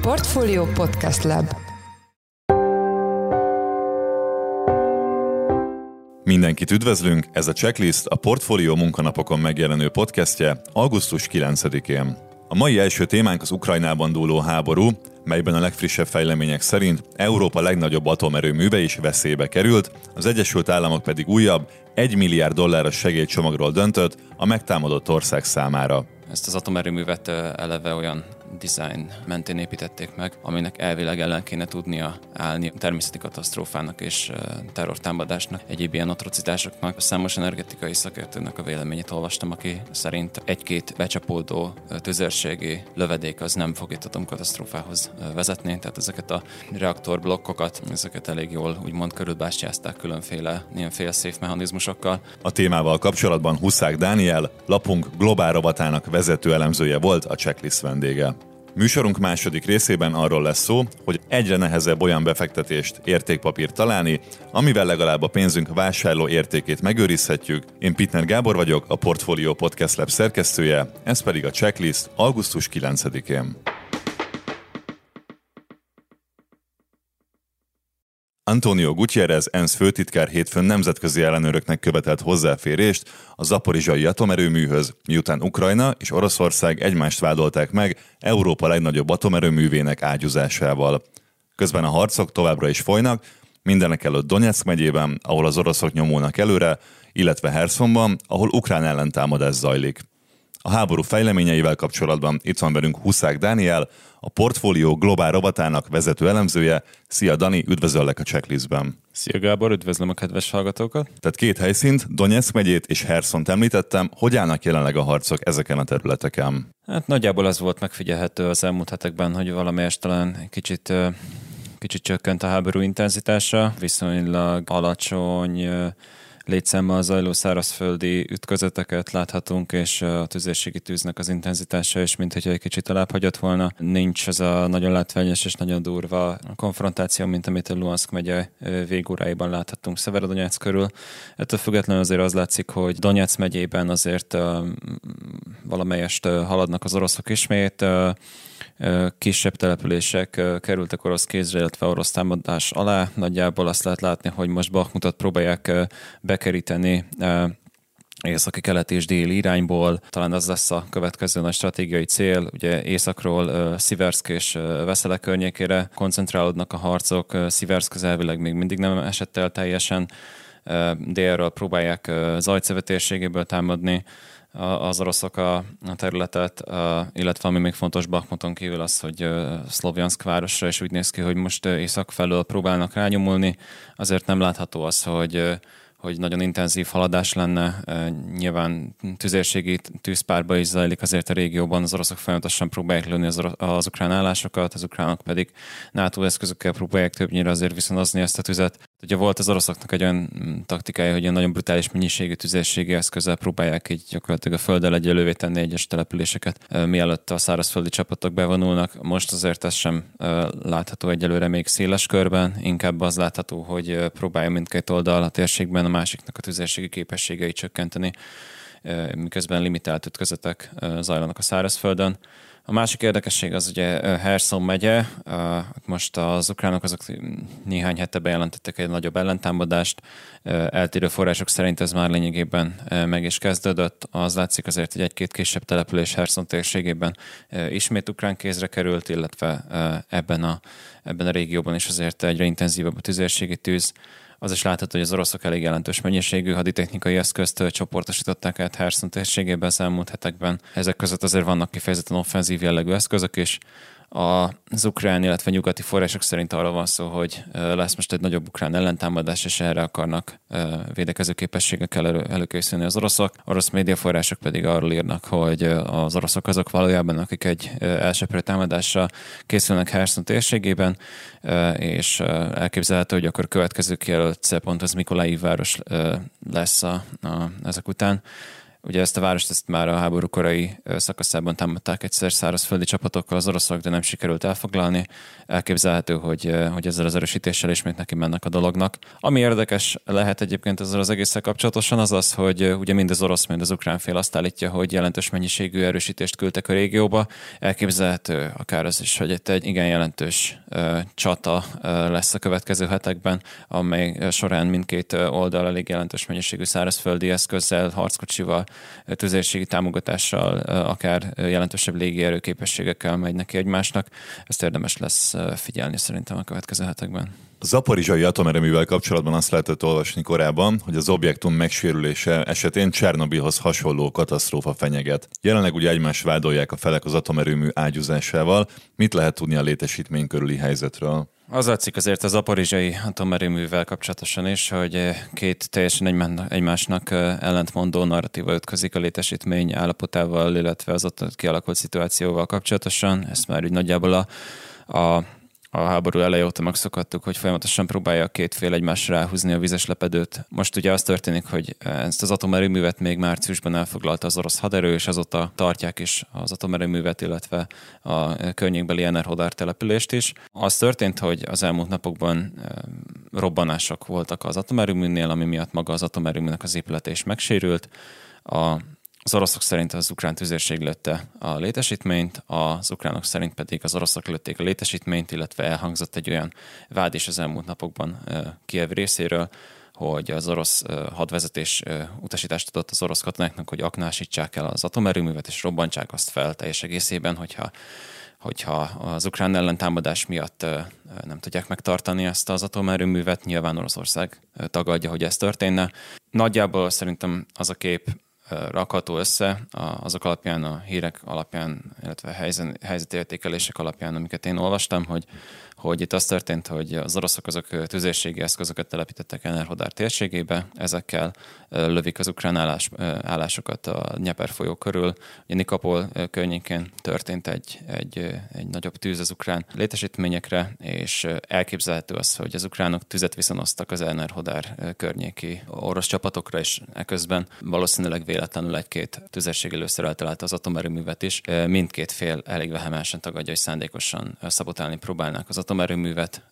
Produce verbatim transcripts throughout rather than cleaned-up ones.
Portfolio Podcast Lab. Mindenkit üdvözlünk, ez a Checklist a Portfolio munkanapokon megjelenő podcastje augusztus kilencedikén. A mai első témánk az Ukrajnában dúló háború, melyben a legfrissebb fejlemények szerint Európa legnagyobb atomerőműve is veszélybe került, az Egyesült Államok pedig újabb egy milliárd dolláros segélycsomagról döntött a megtámadott ország számára. Ezt az atomerőművet eleve olyan design mentén építették meg, aminek elvileg ellen kéne tudnia állni természeti katasztrófának és terrortámadásnak, egyéb ilyen atrocitásoknak. Számos energetikai szakértőnek a véleményét olvastam, aki szerint egy-két becsapódó tüzérségi lövedék az nem fog itt atomkatasztrófához vezetni, tehát ezeket a reaktorblokkokat, ezeket elég jól úgymond körülbástyázták különféle ilyen fail-safe mechanizmusokkal. A témával kapcsolatban Huszák Dániel, lapunk globál rovatának vezető elemzője volt a Checklist vendége. Műsorunk második részében arról lesz szó, hogy egyre nehezebb olyan befektetést, értékpapírt találni, amivel legalább a pénzünk vásárló értékét megőrizhetjük. Én Pittner Gábor vagyok, a Portfolio Podcast Lab szerkesztője, ez pedig a Checklist augusztus kilencedikén. Antonio Guterres ENSZ főtitkár hétfőn nemzetközi ellenőröknek követelt hozzáférést a zaporizsai atomerőműhöz, miután Ukrajna és Oroszország egymást vádolták meg Európa legnagyobb atomerőművének ágyúzásával. Közben a harcok továbbra is folynak, mindenekelőtt Donetsk megyében, ahol az oroszok nyomulnak előre, illetve Hersonban, ahol ukrán ellentámadás zajlik. A háború fejleményeivel kapcsolatban itt van velünk Huszák Dániel, a Portfolio globál rovatának vezető elemzője. Szia Dani, üdvözöllek a Checklistben. Szia Gábor, üdvözlöm a kedves hallgatókat. Tehát két helyszínt, Donetsk megyét és Hersont említettem, hogy állnak jelenleg a harcok ezeken a területeken? Hát nagyjából az volt megfigyelhető az elmúlt hetekben, hogy valamelyest talán kicsit, kicsit csökkent a háború intenzitása, viszonylag alacsony létszámmal zajló szárazföldi ütközeteket láthatunk, és a tüzérségi tűznek az intenzitása is, mint hogyha egy kicsit alább hagyott volna. Nincs az a nagyon látványos és nagyon durva konfrontáció, mint amit a Luhanszk megye végóráiban láthattunk Szeverodonyeck körül. Ettől függetlenül azért az látszik, hogy Donetsz megyében azért valamelyest haladnak az oroszok ismét, kisebb települések kerültek orosz kézre, illetve orosz támadás alá. Nagyjából azt lehet látni, hogy most Bakhmutot próbálják bekeríteni északi, kelet és déli irányból. Talán az lesz a következő nagy stratégiai cél. Ugye északról Sziverszk és Veszele környékére koncentrálódnak a harcok. Sziverszk az elvileg még mindig nem esett el teljesen. Délről próbálják Zajceve térségéből támadni az oroszok a területet, illetve ami még fontos Bakhmuton kívül az, hogy Szlovjanszk városra is úgy néz ki, hogy most észak felől próbálnak rányomulni. Azért nem látható az, hogy hogy nagyon intenzív haladás lenne. Nyilván tüzérségi tűzpárba is zajlik azért a régióban, az oroszok folyamatosan próbálják lőni az, or- az ukrán állásokat, az ukránok pedig NATO eszközökkel próbálják többnyire azért viszonozni ezt a tüzet. Ugye volt az oroszoknak egy olyan taktikája, hogy ilyen nagyon brutális mennyiségű tüzérségi eszközzel próbálják így gyakorlatilag a földdel egyelővé tenni egyes településeket, mielőtt a szárazföldi csapatok bevonulnak. Most azért ez sem látható egyelőre még széles körben, inkább az látható, hogy próbálja mindkét oldal a térségben a másiknak a tüzérségi képességeit csökkenteni, miközben limitált ütközetek zajlanak a szárazföldön. A másik érdekesség az ugye Herson megye. Most az ukránok azok néhány hete bejelentettek egy nagyobb ellentámadást. Eltérő források szerint ez már lényegében meg is kezdődött. Az látszik azért, hogy egy-két kisebb település Herson térségében ismét ukrán kézre került, illetve ebben a, ebben a régióban is azért egyre intenzívebb a tüzérségi tűz. Az is látható, hogy az oroszok elég jelentős mennyiségű haditechnikai eszközt csoportosították át Herson térségében az elmúlt hetekben. Ezek között azért vannak kifejezetten offenzív jellegű eszközök is. Az ukrán, illetve nyugati források szerint arra van szó, hogy lesz most egy nagyobb ukrán ellentámadás, és erre akarnak védekező képességekkel elő, előkészülni az oroszok. Orosz médiaforrások pedig arról írnak, hogy az oroszok azok valójában, akik egy elsöprő támadásra készülnek Herson térségében, és elképzelhető, hogy akkor következő kijelölt célpont az Mikolaiv város lesz a, a, ezek után. Ugye ezt a várost ezt már a háború korai szakaszában támadták egyszer szárazföldi csapatokkal az oroszok, de nem sikerült elfoglalni. Elképzelhető, hogy, hogy ezzel az erősítéssel ismét neki mennek a dolognak. Ami érdekes lehet egyébként ezzel az egésszel kapcsolatosan az az, hogy ugye mind az orosz, mind az ukrán fél azt állítja, hogy jelentős mennyiségű erősítést küldtek a régióba. Elképzelhető akár az is, hogy itt egy igen jelentős uh, csata uh, lesz a következő hetekben, amely során mindkét oldal elég jelentős mennyiségű szárazföldi eszközzel, harckocsival, tüzérségi támogatással, akár jelentősebb légierő képességekkel megy neki egymásnak. Ezt érdemes lesz figyelni szerintem a következő hetekben. A zaporizsai atomerőművel kapcsolatban azt lehetett olvasni korábban, hogy az objektum megsérülése esetén Csernobilhoz hasonló katasztrófa fenyeget. Jelenleg ugye egymást vádolják a felek az atomerőmű ágyúzásával. Mit lehet tudni a létesítmény körüli helyzetről? Az látszik azért az zaporizsai atomerőművel kapcsolatosan is, hogy két teljesen egymásnak ellentmondó narratíva ütközik a létesítmény állapotával, illetve az ott kialakult szituációval kapcsolatosan. Ezt már úgy nagyjából a, a A háború eleje óta megszokhattuk, hogy folyamatosan próbálja a két fél egymásra ráhúzni a vizes lepedőt. Most ugye az történik, hogy ezt az atomerőművet még márciusban elfoglalta az orosz haderő, és azóta tartják is az atomerőművet, illetve a környékbeli Enerhodar települést is. Az történt, hogy az elmúlt napokban robbanások voltak az atomerőműnél, ami miatt maga az atomerőműnek az épülete is megsérült. A Az oroszok szerint az ukrán tüzérség lőtte a létesítményt, az ukránok szerint pedig az oroszok lőtték a létesítményt, illetve elhangzott egy olyan vád is az elmúlt napokban Kijev részéről, hogy az orosz hadvezetés utasítást adott az orosz katonáknak, hogy aknásítsák el az atomerőművet és robbantsák azt fel teljes egészében, hogyha hogyha az ukrán ellentámadás miatt nem tudják megtartani ezt az atomerőművet. Nyilván Oroszország tagadja, hogy ez történne. Nagyjából szerintem az a kép rakható össze azok alapján, a hírek alapján, illetve helyzetértékelések alapján, amiket én olvastam, hogy, hogy itt az történt, hogy az oroszok azok tüzérségi eszközöket telepítettek Enerhodar térségébe, ezekkel lövik az ukrán állás, állásokat a Dnyeper folyó körül. Ugye Nikopol környékén történt egy, egy, egy nagyobb tűz az ukrán létesítményekre, és elképzelhető az, hogy az ukránok tüzet viszonoztak az Enerhodar környéki orosz csapatokra, és eközben valószínűleg véletlenül egy-két tüzérségi lőszer eltalálta az atomerőművet is. Mindkét fél elég vehemensen tagadja, hogy szándékosan szabotálni próbálnák az atomerőművet.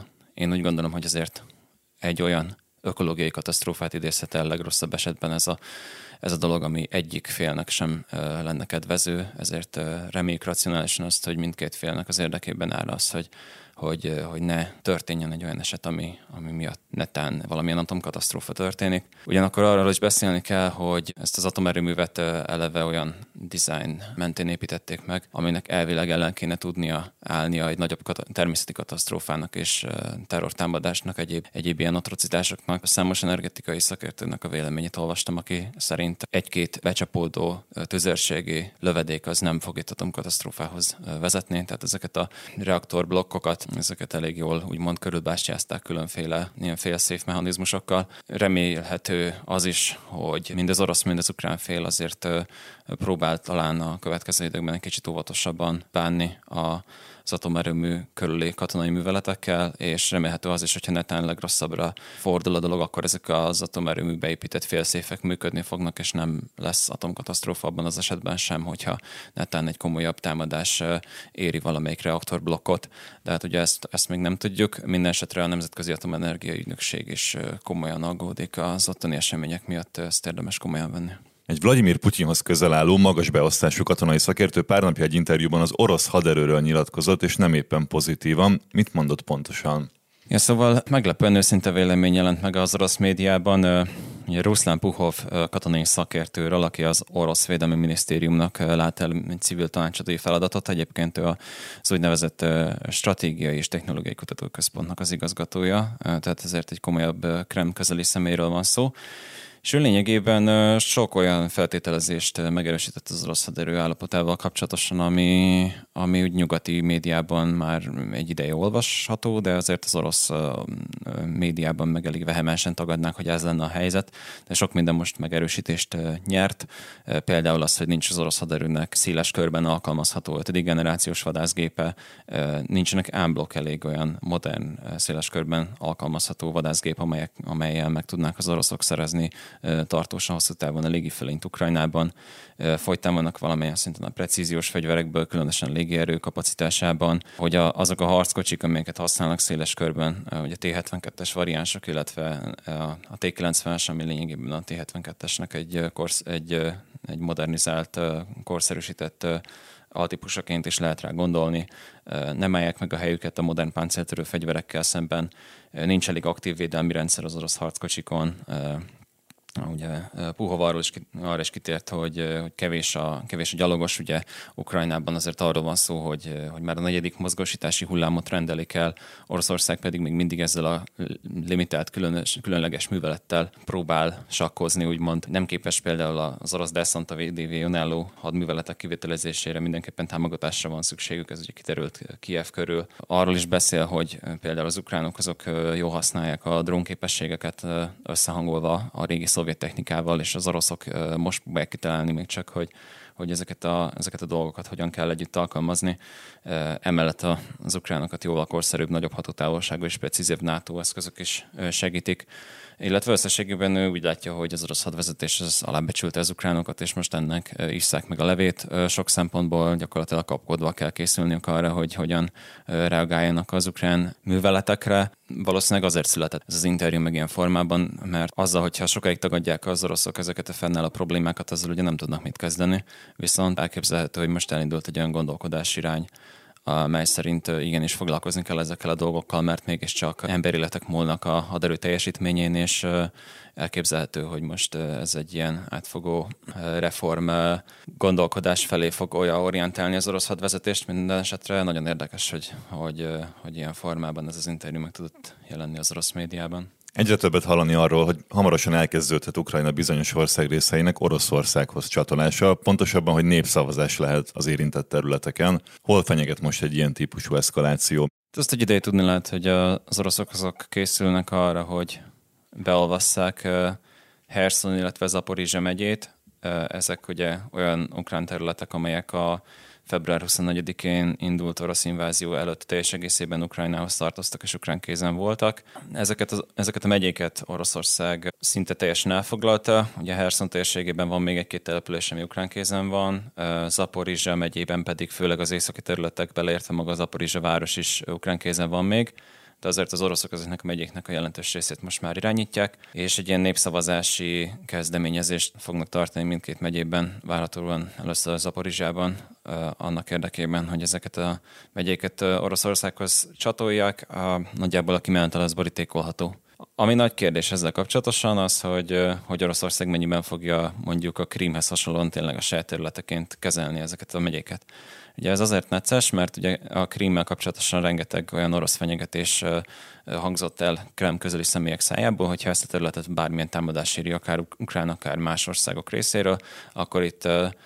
Én úgy gondolom, hogy azért egy olyan ökológiai katasztrófát idézhet el legrosszabb esetben ez a, ez a dolog, ami egyik félnek sem lenne kedvező, ezért reméljük racionálisan azt, hogy mindkét félnek az érdekében áll az, hogy Hogy, hogy ne történjen egy olyan eset, ami, ami miatt netán valamilyen atomkatasztrófa történik. Ugyanakkor arról is beszélni kell, hogy ezt az atomerőművet eleve olyan design mentén építették meg, aminek elvileg ellen kéne tudnia állnia egy nagyobb kat- természeti katasztrófának és terrortámadásnak, egyéb, egyéb ilyen atrocitásoknak. A számos energetikai szakértőnek a véleményét olvastam, aki szerint egy-két becsapódó tüzérségi lövedék az nem fog itt atomkatasztrófához vezetni, tehát ezeket a reaktorblokkokat ezeket elég jól úgymond körülbástyázták különféle ilyen fail-safe mechanizmusokkal. Remélhető az is, hogy mind az orosz, mind az ukrán fél azért próbál talán a következő időkben egy kicsit óvatosabban bánni a az atomerőmű körüli katonai műveletekkel, és remélhető az is, hogyha netán legrosszabbra fordul a dolog, akkor ezek az atomerőműbe épített félszéfek működni fognak, és nem lesz atomkatasztrófa abban az esetben sem, hogyha netán egy komolyabb támadás éri valamelyik reaktorblokkot. De hát ugye ezt, ezt még nem tudjuk. Minden esetre a Nemzetközi Atomenergia Ügynökség is komolyan aggódik az ottani események miatt, ezt érdemes komolyan venni. Egy Vladimir Putyinhoz közel álló, magas beosztású katonai szakértő pár napja egy interjúban az orosz haderőről nyilatkozott, és nem éppen pozitívan. Mit mondott pontosan? Ja, szóval meglepően őszinte vélemény jelent meg az orosz médiában. Ugye Ruszlán Puhov katonai szakértőről, aki az orosz védelmi minisztériumnak lát el egy civil tanácsadói feladatot. Egyébként ő az úgynevezett stratégiai és technológiai kutatóközpontnak az igazgatója, tehát ezért egy komolyabb Kreml közeli személyről van szó. És ő lényegében sok olyan feltételezést megerősített az orosz haderő állapotával kapcsolatosan, ami, ami úgy nyugati médiában már egy ideje olvasható, de azért az orosz médiában meg elég vehemensen tagadnák, hogy ez lenne a helyzet. De sok minden most megerősítést nyert. Például az, hogy nincs az orosz haderőnek széles körben alkalmazható ötödik generációs vadászgépe, nincsenek ámblok elég olyan modern, széles körben alkalmazható vadászgép, amelyek, amellyel meg tudnák az oroszok szerezni tartósan hosszú távon a légifölényt Ukrajnában. Folytán vannak valamilyen szinten a precíziós fegyverekből, különösen légierő kapacitásában, hogy a, azok a harckocsik, amelyeket használnak széles körben, ugye a té hetvenkettes variánsok, illetve a té kilencvenes, ami lényegében a té hetvenkettesnek egy, korsz, egy, egy modernizált, korszerűsített altípusaként is lehet rá gondolni, nem állják meg a helyüket a modern páncéltörő fegyverekkel szemben, nincs elég aktív védelmi rendszer az orosz harckocsikon. Ugye Puhov arról is, arra is kitért, hogy, hogy kevés, a, kevés a gyalogos, ugye Ukrajnában azért arról van szó, hogy, hogy már a negyedik mozgósítási hullámot rendelik el, Oroszország pedig még mindig ezzel a limitált különös, különleges művelettel próbál sakkozni, úgymond nem képes például az orosz Deszanta vé dé vé önálló hadműveletek kivitelezésére, mindenképpen támogatásra van szükségük, ez ugye kiterült Kijev körül. Arról is beszél, hogy például az ukránok azok jól használják a drónképességeket összehangolva a régi szovjet technikával, és az oroszok most próbálják kitalálni még csak, hogy, hogy ezeket, a, ezeket a dolgokat hogyan kell együtt alkalmazni. Emellett az ukránokat jóval korszerűbb, nagyobb hatótávolságú és precízebb NATO eszközök is segítik. Illetve összességében ő úgy látja, hogy az orosz hadvezetés az alábecsülte az ukránokat, és most ennek isszák meg a levét. Sok szempontból gyakorlatilag kapkodva kell készülniük arra, hogy hogyan reagáljanak az ukrán műveletekre. Valószínűleg azért született ez az interjú meg ilyen formában, mert azzal, hogyha sokáig tagadják az oroszok ezeket a fennálló problémákat, azzal ugye nem tudnak mit kezdeni. Viszont elképzelhető, hogy most elindult egy olyan gondolkodás irány, mely szerint igenis foglalkozni kell ezekkel a dolgokkal, mert mégiscsak emberéletek múlnak a haderő teljesítményén, és elképzelhető, hogy most ez egy ilyen átfogó reform gondolkodás felé fog olyan orientálni az orosz hadvezetést. Minden esetre nagyon érdekes, hogy, hogy, hogy ilyen formában ez az interjú meg tudott jelenni az orosz médiában. Egyre többet hallani arról, hogy hamarosan elkezdődhet Ukrajna bizonyos ország részeinek Oroszországhoz csatolása, pontosabban, hogy népszavazás lehet az érintett területeken. Hol fenyeget most egy ilyen típusú eszkaláció? Azt egy ideje tudni lehet, hogy az oroszok azok készülnek arra, hogy beolvasszák Herson, illetve Zaporizsja megyét. Ezek ugye olyan ukrán területek, amelyek a február huszonnegyedikén indult orosz invázió előtt teljes egészében Ukrajnához tartoztak és ukrán kézen voltak. Ezeket, az, ezeket a megyéket Oroszország szinte teljesen elfoglalta. Ugye Herson térségében van még egy-két település, ami ukrán kézen van. Zaporizsja megyében pedig főleg az északi területek, beleértve maga Zaporizsja város is ukrán kézen van még. De azért az oroszok ezeknek a megyéknek a jelentős részét most már irányítják, és egy ilyen népszavazási kezdeményezést fognak tartani mindkét megyében, várhatóan először Zaporizsjában, annak érdekében, hogy ezeket a megyéket Oroszországhoz csatolják, nagyjából a kimenetel az borítékolható. Ami nagy kérdés ezzel kapcsolatosan az, hogy, hogy Oroszország mennyiben fogja mondjuk a Krímhez hasonlóan tényleg a saját területeként kezelni ezeket a megyéket. Ugye ez azért necces, mert ugye a Krímmel kapcsolatosan rengeteg olyan orosz fenyegetés hangzott el Kreml közeli személyek szájából, hogyha ezt a területet bármilyen támadás éri, akár ukrán, akár más országok részéről, akkor itt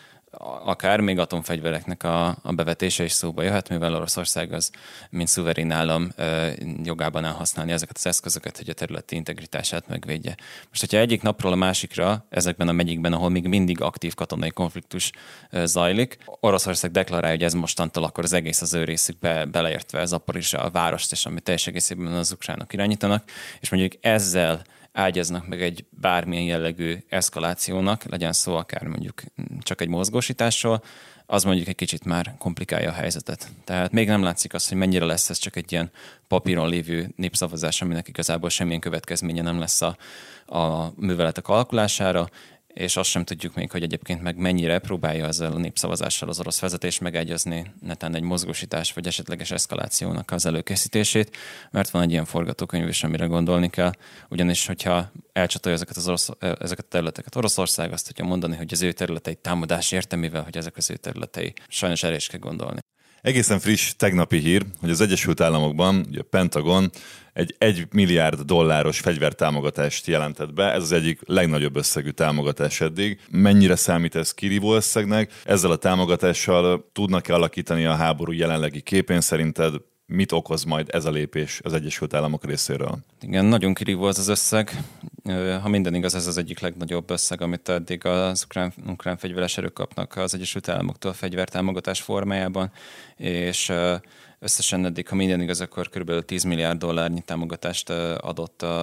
akár még atomfegyvereknek a, a bevetése is szóba jöhet, mivel Oroszország az, mint szuverén állam jogában áll használni ezeket az eszközöket, hogy a területi integritását megvédje. Most, hogyha egyik napról a másikra ezekben a megyékben, ahol még mindig aktív katonai konfliktus zajlik, Oroszország deklarálja, hogy ez mostantól akkor az egész az ő részükbe beleértve Zaporizsja a várost, és amit teljes egészében az ukránok irányítanak, és mondjuk ezzel ágyaznak meg egy bármilyen jellegű eszkalációnak, legyen szó akár mondjuk csak egy mozgósításról, az mondjuk egy kicsit már komplikálja a helyzetet. Tehát még nem látszik az, hogy mennyire lesz ez csak egy ilyen papíron lévő népszavazás, aminek igazából semmilyen következménye nem lesz a, a műveletek alakulására, és azt sem tudjuk még, hogy egyébként meg mennyire próbálja ezzel a népszavazással az orosz vezetés megegyezni netán egy mozgósítás vagy esetleges eszkalációnak az előkészítését, mert van egy ilyen forgatókönyv is, amire gondolni kell. Ugyanis, hogyha elcsatolja ezeket, az orosz, ezeket a területeket Oroszország, azt tudja mondani, hogy az ő területei támadás érte, mivel hogy ezek az ő területei. Sajnos erre is kell gondolni. Egészen friss tegnapi hír, hogy az Egyesült Államokban ugye a Pentagon egy egy milliárd dolláros fegyvertámogatást jelentett be. Ez az egyik legnagyobb összegű támogatás eddig. Mennyire számít ez kirívó összegnek? Ezzel a támogatással tudnak-e alakítani a háború jelenlegi képén szerinted? Mit okoz majd ez a lépés az Egyesült Államok részéről? Igen, nagyon kirívó az az összeg. Ha minden igaz, ez az egyik legnagyobb összeg, amit eddig az ukrán, ukrán fegyveres erők kapnak az Egyesült Államoktól fegyvertámogatás formájában, és összesen eddig, ha minden igaz, akkor kb. tíz milliárd dollárnyi támogatást adott a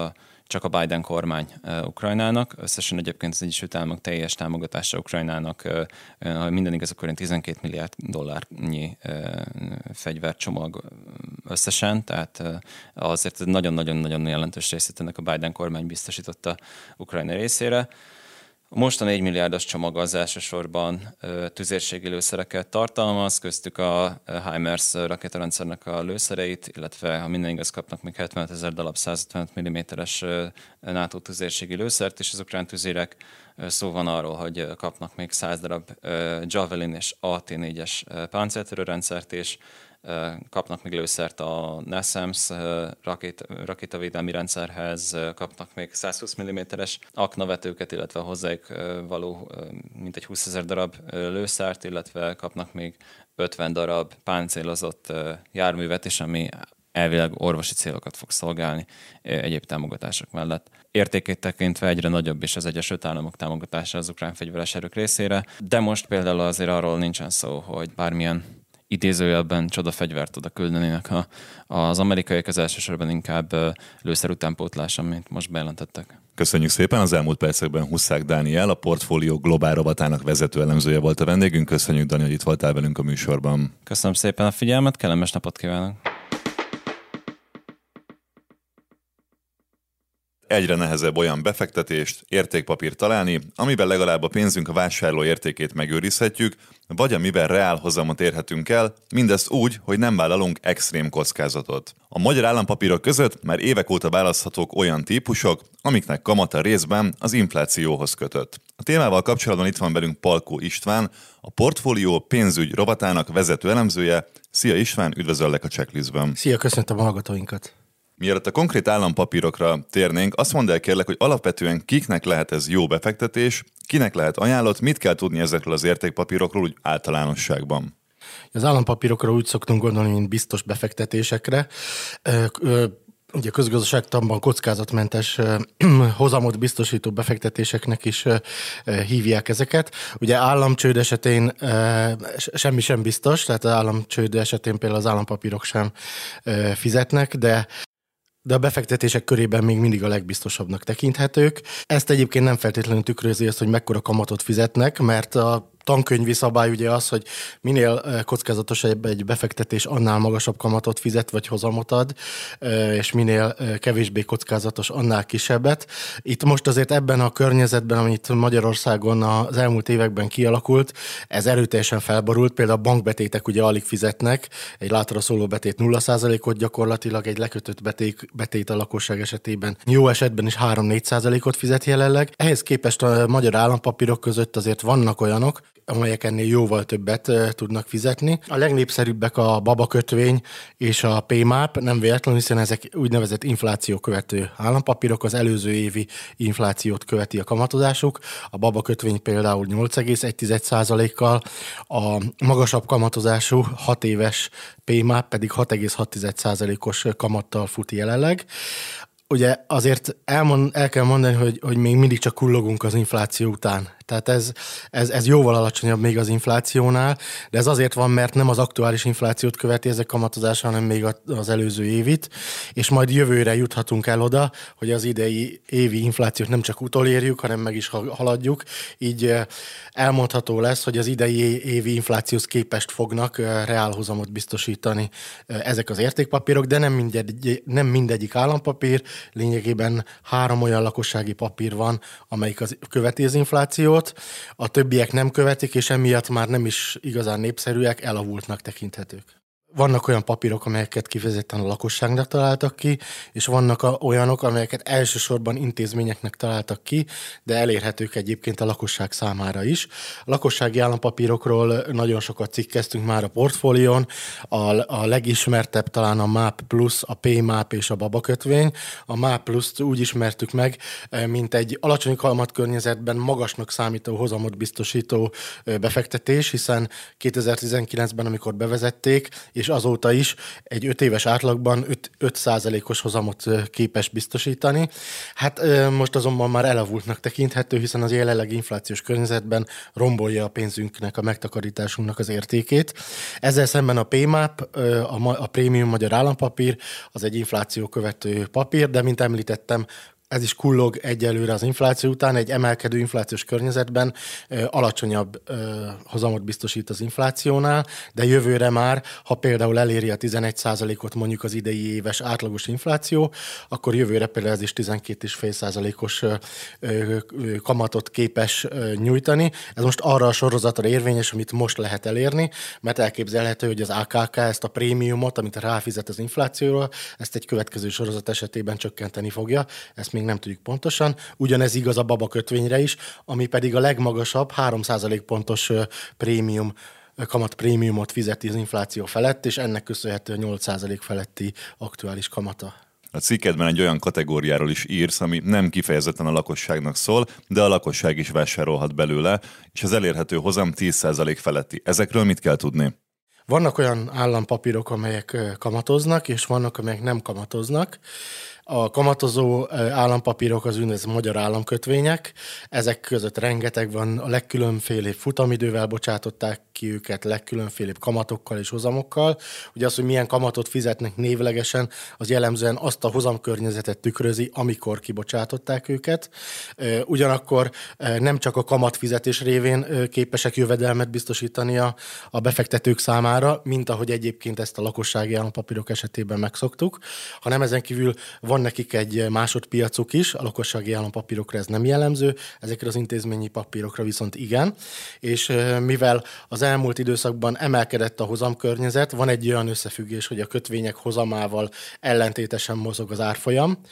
csak a Biden kormány Ukrajnának. Összesen egyébként az Egyesült Államok teljes támogatása Ukrajnának, ha minden igaz, akkor tizenkét milliárd dollárnyi fegyvercsomag összesen, tehát azért nagyon-nagyon-nagyon jelentős részét ennek a Biden kormány biztosította Ukrajna részére. A mostani egy milliárdos csomag az elsősorban tüzérségi lőszereket tartalmaz, köztük a HIMARS rakétarendszernek a lőszereit, illetve ha minden igaz, kapnak még hetvenöt ezer darab százötvenöt milliméteres NATO tüzérségi lőszert, és az ukrán tüzérek szó van arról, hogy kapnak még száz darab Javelin és á té négyes páncéltörőrendszert, és kapnak még lőszert a NASAMS rakét, rakétavédelmi rendszerhez, kapnak még százhúsz milliméteres aknavetőket, illetve hozzájuk való mintegy húszezer darab lőszert, illetve kapnak még ötven darab páncélozott járművet is, ami elvileg orvosi célokat fog szolgálni egyéb támogatások mellett. Értékét tekintve egyre nagyobb is az Egyesült Államok támogatása az ukrán fegyveres erők részére, de most például azért arról nincsen szó, hogy bármilyen idézőjelben csodafegyvert oda küldenének a, az amerikaiak, az elsősorban inkább lőszer utánpótlás, amit most bejelentettek. Köszönjük szépen, az elmúlt percekben Huszák Dániel, a Portfólió globál rovatának vezető elemzője volt a vendégünk. Köszönjük, Dani, hogy itt voltál velünk a műsorban. Köszönöm szépen a figyelmet, kellemes napot kívánok! Egyre nehezebb olyan befektetést, értékpapírt találni, amiben legalább a pénzünk a vásárló értékét megőrizhetjük, vagy amiben reál hozamot érhetünk el, mindezt úgy, hogy nem vállalunk extrém kockázatot. A magyar állampapírok között már évek óta választhatók olyan típusok, amiknek kamata részben az inflációhoz kötött. A témával kapcsolatban itt van velünk Palkó István, a Portfólió pénzügy rovatának vezető elemzője. Szia István, üdvözöllek a checklistben. Szia, köszöntöm a hallgatóinkat. Mielőtt a konkrét állampapírokra térnénk, azt mondd el kérlek, hogy alapvetően kiknek lehet ez jó befektetés, kinek lehet ajánlott, mit kell tudni ezekről az értékpapírokról úgy általánosságban? Az állampapírokra úgy szoktunk gondolni, mint biztos befektetésekre. Ugye közgazdaságtanban kockázatmentes hozamot biztosító befektetéseknek is hívják ezeket. Ugye államcsőd esetén semmi sem biztos, tehát az államcsőd esetén például az állampapírok sem fizetnek, de de a befektetések körében még mindig a legbiztosabbnak tekinthetők. Ezt egyébként nem feltétlenül tükrözi azt, hogy mekkora kamatot fizetnek, mert a tankönyvi szabály ugye az, hogy minél kockázatosabb egy befektetés, annál magasabb kamatot fizet, vagy hozamot ad, és minél kevésbé kockázatos, annál kisebbet. Itt most azért ebben a környezetben, amit Magyarországon az elmúlt években kialakult, ez erőteljesen felborult. Például a bankbetétek ugye alig fizetnek, egy látra szóló betét nulla százalékot gyakorlatilag, egy lekötött betét, betét a lakosság esetében jó esetben is három-négy százalékot fizet jelenleg. Ehhez képest a magyar állampapírok között azért vannak olyanok, amelyek ennél jóval többet uh, tudnak fizetni. A legnépszerűbbek a baba kötvény és a pé máp, nem véletlenül, hiszen ezek úgynevezett infláció követő állampapírok, az előző évi inflációt követi a kamatozásuk. A baba kötvény például nyolc egész egy százalékkal, a magasabb kamatozású hat éves pé máp pedig hat egész hat százalékos kamattal fut jelenleg. Ugye azért elmond, el kell mondani, hogy, hogy még mindig csak kullogunk az infláció után. Tehát ez, ez, ez jóval alacsonyabb még az inflációnál, de ez azért van, mert nem az aktuális inflációt követi ezek kamatozása, hanem még az előző évit, és majd jövőre juthatunk el oda, hogy az idei évi inflációt nem csak utolérjük, hanem meg is haladjuk. Így elmondható lesz, hogy az idei évi inflációhoz képest fognak reálhozamot biztosítani ezek az értékpapírok, de nem, mindegy, nem mindegyik állampapír, lényegében három olyan lakossági papír van, amelyik az, követi az inflációt, a többiek nem követik, és emiatt már nem is igazán népszerűek, elavultnak tekinthetők. Vannak olyan papírok, amelyeket kifejezetten a lakosságnak találtak ki, és vannak olyanok, amelyeket elsősorban intézményeknek találtak ki, de elérhetők egyébként a lakosság számára is. A lakossági állampapírokról nagyon sokat cikkeztünk már a portfólión, a, a legismertebb talán a MÁP Plus, a pé máp és a baba kötvény. A MÁP Plus-t úgy ismertük meg, mint egy alacsony kamatkörnyezetben magasnak számító hozamot biztosító befektetés, hiszen kétezer-tizenkilencben, amikor bevezették, és azóta is egy öt éves átlagban öt százalékos hozamot képes biztosítani. Hát most azonban már elavultnak tekinthető, hiszen az jelenlegi inflációs környezetben rombolja a pénzünknek, a megtakarításunknak az értékét. Ezzel szemben a pé máp, a, a prémium magyar állampapír, az egy infláció követő papír, de mint említettem, ez is kullog egyelőre az infláció után, egy emelkedő inflációs környezetben ö, alacsonyabb ö, hozamot biztosít az inflációnál, de jövőre már, ha például eléri a tizenegy százalékot mondjuk az idei éves átlagos infláció, akkor jövőre például ez is tizenkét egész öt százalékos ö, ö, kamatot képes ö, nyújtani. Ez most arra a sorozatra érvényes, amit most lehet elérni, mert elképzelhető, hogy az á ká ká ezt a prémiumot, amit ráfizet az inflációra, ezt egy következő sorozat esetében csökkenteni fogja. Ezt még nem tudjuk pontosan. Ugyanez igaz a baba kötvényre is, ami pedig a legmagasabb három százalékpontos prémium, kamat prémiumot fizeti az infláció felett, és ennek köszönhető a nyolc százalék feletti aktuális kamata. A cikkedben egy olyan kategóriáról is írsz, ami nem kifejezetten a lakosságnak szól, de a lakosság is vásárolhat belőle, és az elérhető hozam tíz százalék feletti. Ezekről mit kell tudni? Vannak olyan állampapírok, amelyek kamatoznak, és vannak, amelyek nem kamatoznak. A kamatozó állampapírok az úgynevezett magyar államkötvények, ezek között rengeteg van, a legkülönfélébb futamidővel bocsátották ki őket, legkülönfélébb kamatokkal és hozamokkal. Ugye az, hogy milyen kamatot fizetnek névlegesen, az jellemzően azt a hozamkörnyezetet tükrözi, amikor kibocsátották őket. Ugyanakkor nem csak a kamatfizetés révén képesek jövedelmet biztosítani a, a befektetők számára, mint ahogy egyébként ezt a lakossági állampapírok esetében megszoktuk, hanem ezen kívül van nekik egy másodpiacuk is, a lakossági állampapírokra ez nem jellemző, ezekre az intézményi papírokra viszont igen, és mivel az elmúlt időszakban emelkedett a hozamkörnyezet, van egy olyan összefüggés, hogy a kötvények hozamával ellentétesen mozog az árfolyam,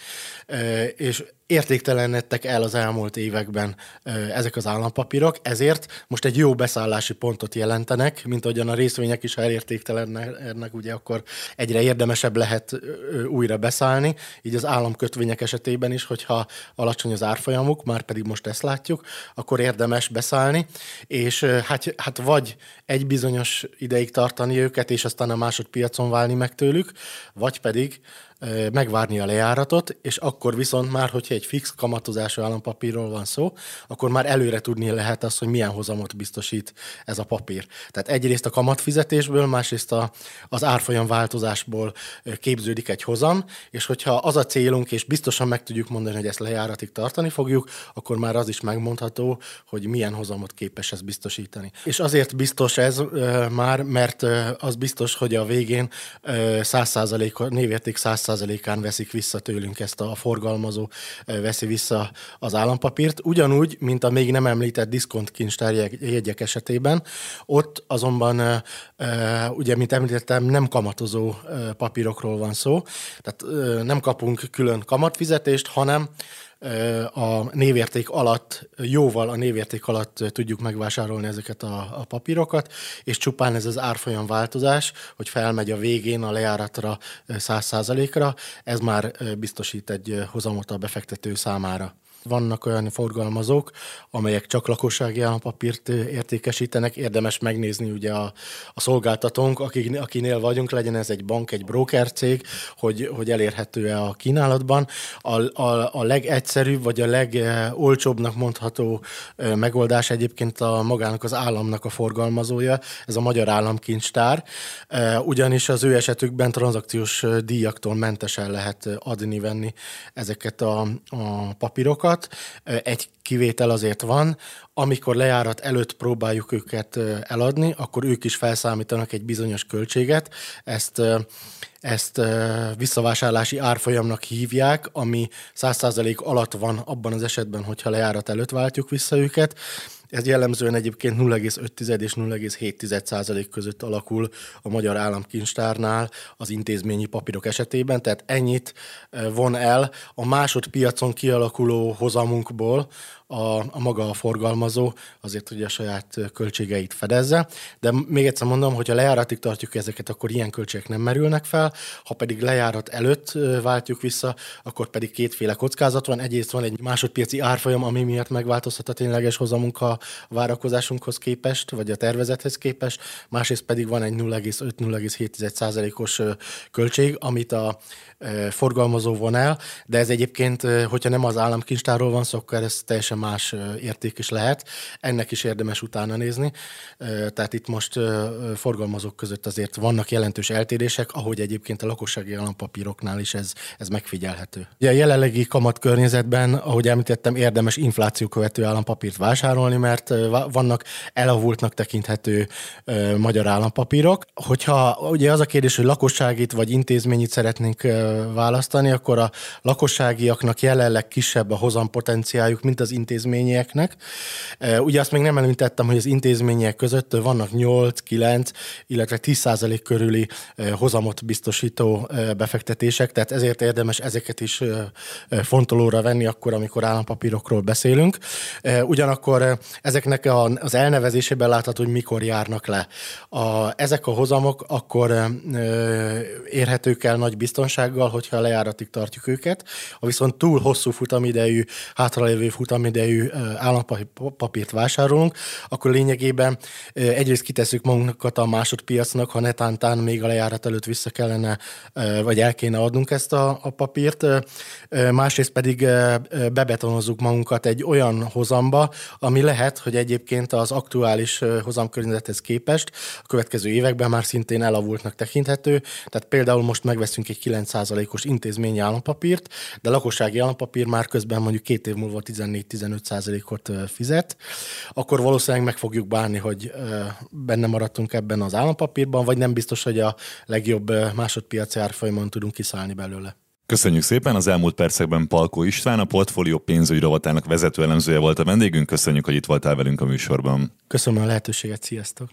és értéktelenedtek el az elmúlt években ezek az állampapírok, ezért most egy jó beszállási pontot jelentenek, mint ahogyan a részvények is, ha elértéktelenednek, ugye akkor egyre érdemesebb lehet újra beszállni, így az államkötvények esetében is, hogyha alacsony az árfolyamuk, már pedig most ezt látjuk, akkor érdemes beszállni, és hát, hát vagy egy bizonyos ideig tartani őket, és aztán a másodpiacon válni meg tőlük, vagy pedig megvárni a lejáratot, és akkor viszont már, hogyha egy fix kamatozású állampapírról van szó, akkor már előre tudni lehet azt, hogy milyen hozamot biztosít ez a papír. Tehát egyrészt a kamatfizetésből, másrészt a, az árfolyam változásból képződik egy hozam, és hogyha az a célunk, és biztosan meg tudjuk mondani, hogy ezt lejáratig tartani fogjuk, akkor már az is megmondható, hogy milyen hozamot képes ez biztosítani. És azért biztos ez e, már, mert e, az biztos, hogy a végén e, száz százalék, névérték száz százalékán veszik vissza tőlünk ezt a forgalmazó, veszi vissza az állampapírt. Ugyanúgy, mint a még nem említett diszkontkincstár jegyek esetében, ott azonban, ugye, mint említettem, nem kamatozó papírokról van szó, tehát nem kapunk külön kamatfizetést, hanem a névérték alatt, jóval a névérték alatt tudjuk megvásárolni ezeket a, a papírokat, és csupán ez az árfolyam változás, hogy felmegy a végén a lejáratra száz százalékra, ez már biztosít egy hozamot a befektető számára. Vannak olyan forgalmazók, amelyek csak lakossági állampapírt értékesítenek, érdemes megnézni ugye a, a szolgáltatónk, akik, akinél vagyunk, legyen ez egy bank, egy broker cég, hogy, hogy elérhető-e a kínálatban. A, a, a legegyszerűbb, vagy a legolcsóbbnak mondható megoldás egyébként a magának az államnak a forgalmazója, ez a Magyar Államkincstár, ugyanis az ő esetükben tranzakciós díjaktól mentesen lehet adni-venni ezeket a, a papírokat. Egy kivétel azért van, amikor lejárat előtt próbáljuk őket eladni, akkor ők is felszámítanak egy bizonyos költséget, ezt, ezt visszavásárlási árfolyamnak hívják, ami száz százalék alatt van abban az esetben, hogyha lejárat előtt váltjuk vissza őket. Ez jellemzően egyébként nulla egész öt és nulla egész hét százalék között alakul a Magyar Államkincstárnál az intézményi papírok esetében, tehát ennyit von el a másodpiacon kialakuló hozamunkból a, a maga a forgalmazó, azért, hogy a saját költségeit fedezze. De még egyszer mondom, hogyha lejáratig tartjuk ezeket, akkor ilyen költségek nem merülnek fel, ha pedig lejárat előtt váltjuk vissza, akkor pedig kétféle kockázat van. Egyrészt van egy másodpiaci árfolyam, ami miatt megváltozhat a tényleges hozamunk a várakozásunkhoz képest, vagy a tervezethez képest, másrészt pedig van egy nulla egész öt - nulla egész hét százalékos költség, amit a forgalmazó von el, de ez egyébként, hogyha nem az államkincstárról van szó, akkor ez teljesen más érték is lehet. Ennek is érdemes utána nézni. Tehát itt most forgalmazók között azért vannak jelentős eltérések, ahogy egyébként egyébként a lakossági állampapíroknál is ez, ez megfigyelhető. Ugye a jelenlegi kamat környezetben, ahogy említettem, érdemes infláció követő állampapírt vásárolni, mert vannak elavultnak tekinthető ö, magyar állampapírok. Hogyha ugye az a kérdés, hogy lakosságit vagy intézményit szeretnénk ö, választani, akkor a lakosságiaknak jelenleg kisebb a hozampotenciáljuk, mint az intézményieknek. Ugye azt még nem említettem, hogy az intézmények között vannak nyolc, kilenc, illetve tíz százalék körüli hozamot biztosító befektetések, tehát ezért érdemes ezeket is fontolóra venni akkor, amikor állampapírokról beszélünk. Ugyanakkor ezeknek az elnevezésében látható, hogy mikor járnak le. A, ezek a hozamok akkor érhetők el nagy biztonsággal, hogyha a lejáratig tartjuk őket. Ha viszont túl hosszú futamidejű, hátralévő futamidejű állampapírt vásárolunk, akkor lényegében egyrészt kitesszük magunkat a másodpiacnak, ha netántán még a lejárat előtt vissza kellene, vagy el kéne adnunk ezt a, a papírt. Másrészt pedig bebetonozzuk magunkat egy olyan hozamba, ami lehet, hogy egyébként az aktuális hozamkörnyezethez képest a következő években már szintén elavultnak tekinthető. Tehát például most megveszünk egy kilenc százalékos intézményi állampapírt, de lakossági állampapír már közben mondjuk két év múlva tizennégy-tizenöt százalékot fizet, akkor valószínűleg meg fogjuk bánni, hogy benne maradtunk ebben az állampapírban, vagy nem biztos, hogy a legjobb másodpiaci árfolyamon tudunk kiszállni belőle. Köszönjük szépen, az elmúlt percekben Palkó István, a Portfolio pénzügyi rovatának vezető elemzője volt a vendégünk. Köszönjük, hogy itt voltál velünk a műsorban. Köszönöm a lehetőséget, sziasztok!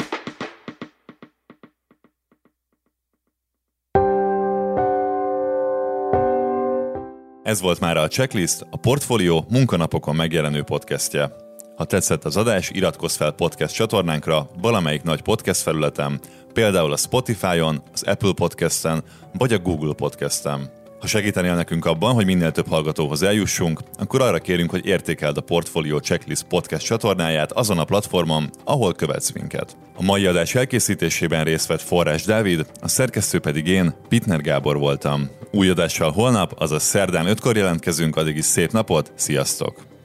Ez volt már a Checklist, a Portfolio munkanapokon megjelenő podcastje. Ha tetszett az adás, iratkozz fel podcast csatornánkra valamelyik nagy podcast felületen, például a Spotify-on, az Apple Podcast-en, vagy a Google Podcast-en. Ha segítenél nekünk abban, hogy minél több hallgatóhoz eljussunk, akkor arra kérünk, hogy értékeld a Portfolio Checklist podcast csatornáját azon a platformon, ahol követsz minket. A mai adás elkészítésében részt vett Forrás Dávid, a szerkesztő pedig én, Pittner Gábor voltam. Új adással holnap, azaz szerdán ötkor jelentkezünk, addig is szép napot, sziasztok!